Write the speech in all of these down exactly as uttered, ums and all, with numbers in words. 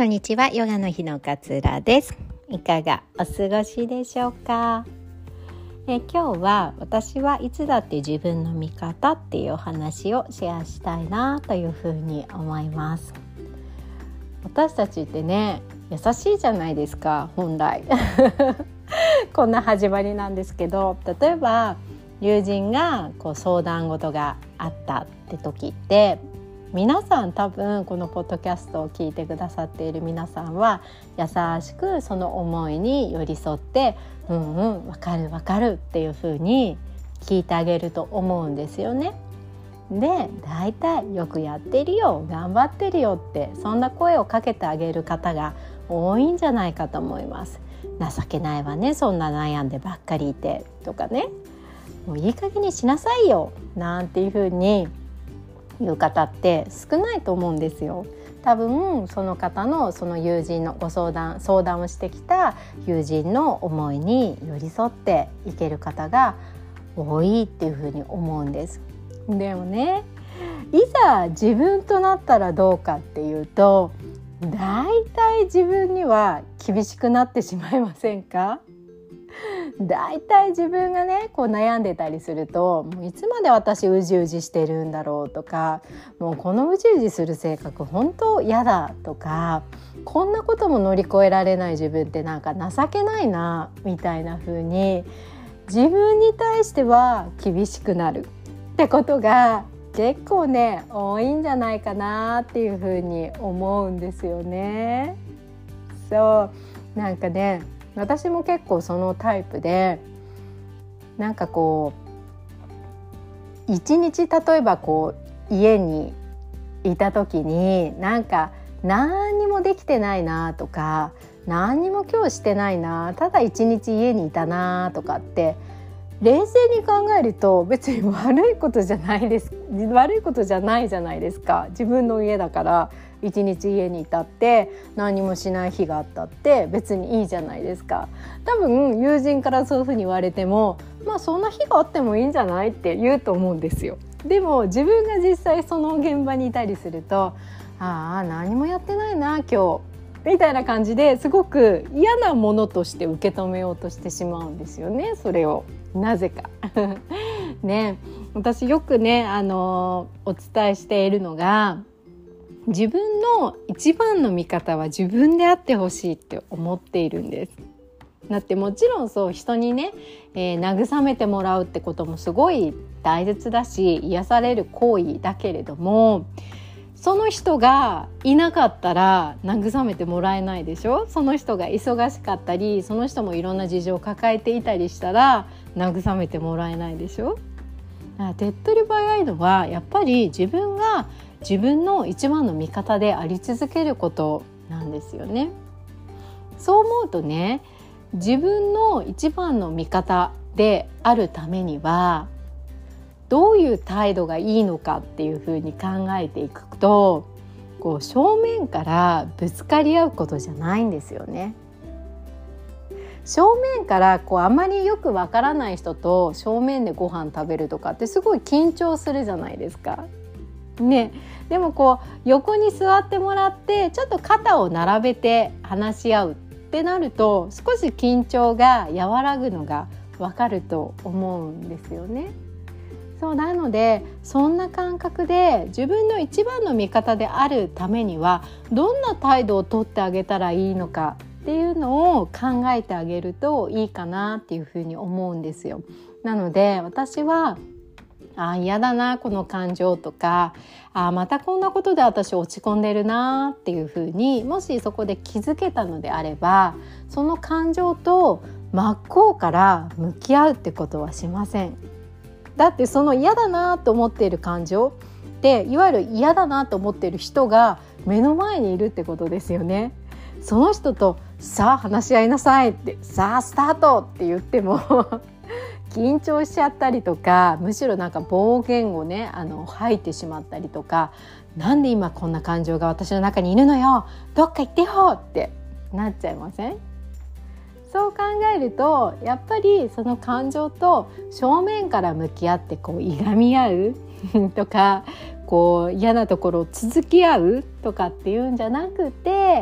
こんにちは、ヨガの日の勝浦です。いかがお過ごしでしょうか。え今日は私はいつだって自分の味方っていうお話をシェアしたいなというふうに思います。私たちってね、優しいじゃないですか、本来こんな始まりなんですけど、例えば友人がこう相談事があったって時って皆さん多分このポッドキャストを聞いてくださっている皆さんは優しくその思いに寄り添ってうんうんわかるわかるっていう風に聞いてあげると思うんですよね。で、だいたいよくやってるよ、頑張ってるよってそんな声をかけてあげる方が多いんじゃないかと思います。情けないわね、そんな悩んでばっかりいてとかね、もういい加減にしなさいよなんていう風にいう方って少ないと思うんですよ。多分その方のその友人のご相談相談をしてきた友人の思いに寄り添っていける方が多いっていうふうに思うんです。でもね、いざ自分となったらどうかっていうと、だいたい自分には厳しくなってしまいませんか？だいたい自分がねこう悩んでたりすると、もういつまで私うじうじしてるんだろうとか、もうこのうじうじする性格本当嫌だとか、こんなことも乗り越えられない自分ってなんか情けないなみたいな風に自分に対しては厳しくなるってことが結構ね多いんじゃないかなっていう風に思うんですよね。そうなんかね、私も結構そのタイプで、なんかこう一日例えばこう家にいた時になんか何にもできてないなとか、何にも今日してないな、ただ一日家にいたなとかって冷静に考えると別に悪いことじゃないです悪いことじゃないじゃないですか。自分の家だから一日家にいたって何もしない日があったって別にいいじゃないですか。多分友人からそういうふうに言われても、まあそんな日があってもいいんじゃないって言うと思うんですよ。でも自分が実際その現場にいたりすると、ああ何もやってないな今日みたいな感じですごく嫌なものとして受け止めようとしてしまうんですよね。それをなぜかね、私よくねあのお伝えしているのが、自分の一番の味方は自分であってほしいって思っているんです。だってもちろんそう人にね、えー、慰めてもらうってこともすごい大切だし癒される行為だけれども、その人がいなかったら慰めてもらえないでしょ。その人が忙しかったり、その人もいろんな事情を抱えていたりしたら慰めてもらえないでしょ。手っ取り早いのはやっぱり自分が自分の一番の味方であり続けることなんですよね。そう思うとね、自分の一番の味方であるためにはどういう態度がいいのかっていうふうに考えていくと、こう正面からぶつかり合うことじゃないんですよね。正面からこうあまりよくわからない人と正面でご飯食べるとかってすごい緊張するじゃないですか。ね、でもこう横に座ってもらってちょっと肩を並べて話し合うってなると、少し緊張が和らぐのがわかると思うんですよね。そうなので、そんな感覚で自分の一番の味方であるためにはどんな態度をとってあげたらいいのかっていうのを考えてあげるといいかなっていうふうに思うんですよ。なので私はあ嫌だなこの感情とか、あまたこんなことで私落ち込んでるなっていうふうにもしそこで気づけたのであれば、その感情と真っ向から向き合うってことはしません。だってその嫌だなと思っている感情っていわゆる嫌だなと思っている人が目の前にいるってことですよね。その人とさあ話し合いなさいって、さあスタートって言っても緊張しちゃったりとか、むしろなんか暴言をねあの吐いてしまったりとか、なんで今こんな感情が私の中にいるのよ、どっか行ってよってなっちゃいません？そう考えるとやっぱりその感情と正面から向き合ってこういがみ合うとか、こう嫌なところを続き合うとかっていうんじゃなくて、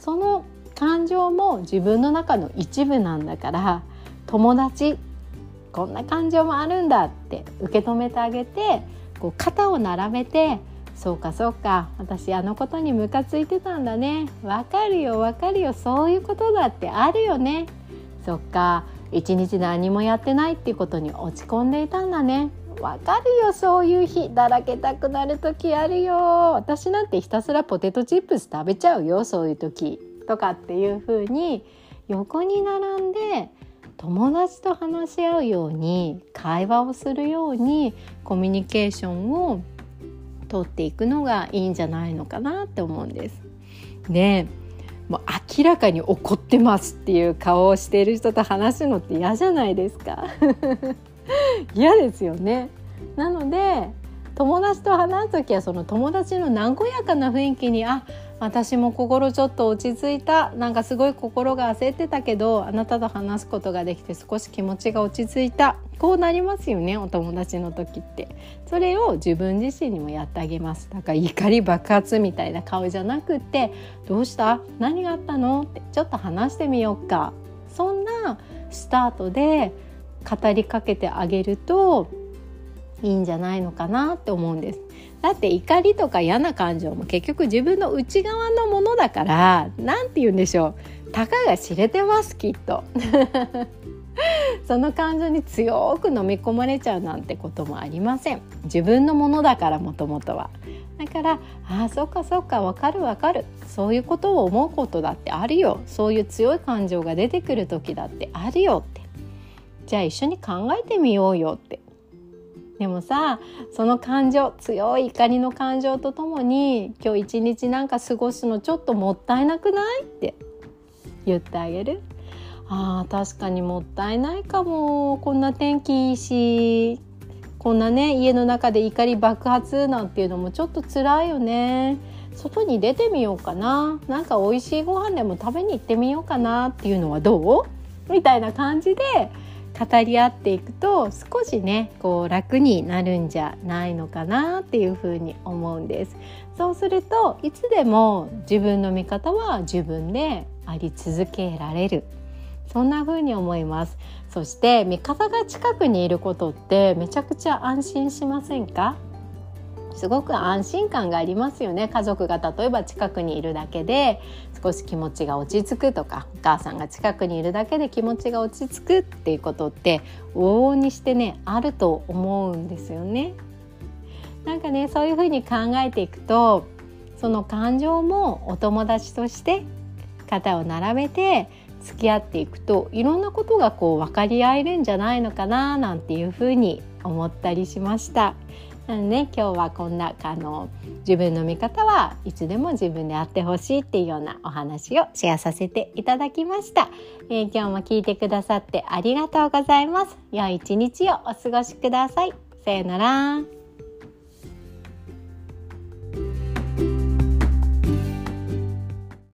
その感情も自分の中の一部なんだから、友達こんな感情もあるんだって受け止めてあげて、こう肩を並べて、そうかそうか、私あのことにムカついてたんだね、わかるよわかるよ、そういうことだってあるよね、そっか、一日何もやってないっていうことに落ち込んでいたんだね、わかるよ、そういう日だらけたくなる時あるよ、私なんてひたすらポテトチップス食べちゃうよ、そういう時とかっていう風に横に並んで友達と話し合うように、会話をするようにコミュニケーションを取っていくのがいいんじゃないのかなって思うんです。で、もう明らかに怒ってますっていう顔をしている人と話すのって嫌じゃないですか嫌ですよね。なので友達と話すときは、その友達の和やかな雰囲気に、あ、私も心ちょっと落ち着いた、なんかすごい心が焦ってたけどあなたと話すことができて少し気持ちが落ち着いた、こうなりますよね、お友達の時って。それを自分自身にもやってあげます。だから怒り爆発みたいな顔じゃなくって、どうした、何があったのってちょっと話してみようか、そんなスタートで語りかけてあげるといいんじゃないのかなって思うんです。だって怒りとか嫌な感情も結局自分の内側のものだから、なんて言うんでしょう、たかが知れてます、きっとその感情に強く飲み込まれちゃうなんてこともありません。自分のものだから、もともとは。だから、ああ、そっかそっか、わかるわかる、そういうことを思うことだってあるよ、そういう強い感情が出てくる時だってあるよって、じゃあ一緒に考えてみようよって。でもさ、その感情、強い怒りの感情とともに、今日一日なんか過ごすのちょっともったいなくないって言ってあげる。あー、確かにもったいないかも、こんな天気いいし、こんなね、家の中で怒り爆発なんていうのもちょっと辛いよね、外に出てみようかな、なんか美味しいご飯でも食べに行ってみようかなっていうのはどうみたいな感じで語り合っていくと、少しね、こう楽になるんじゃないのかなっていうふうに思うんです。そうすると、いつでも自分の味方は自分であり続けられる、そんな風に思います。そして味方が近くにいることってめちゃくちゃ安心しませんか？すごく安心感がありますよね。家族が例えば近くにいるだけで少し気持ちが落ち着くとか、お母さんが近くにいるだけで気持ちが落ち着くっていうことって往々にしてね、あると思うんですよね。なんかね、そういうふうに考えていくと、その感情もお友達として肩を並べて付き合っていくと、いろんなことがこう分かり合えるんじゃないのかななんていうふうに思ったりしました。なので、ね、今日はこんなあの自分の味方はいつでも自分であってほしいっていうようなお話をシェアさせていただきました。えー、今日も聞いてくださってありがとうございます。良い一日をお過ごしください。さよなら。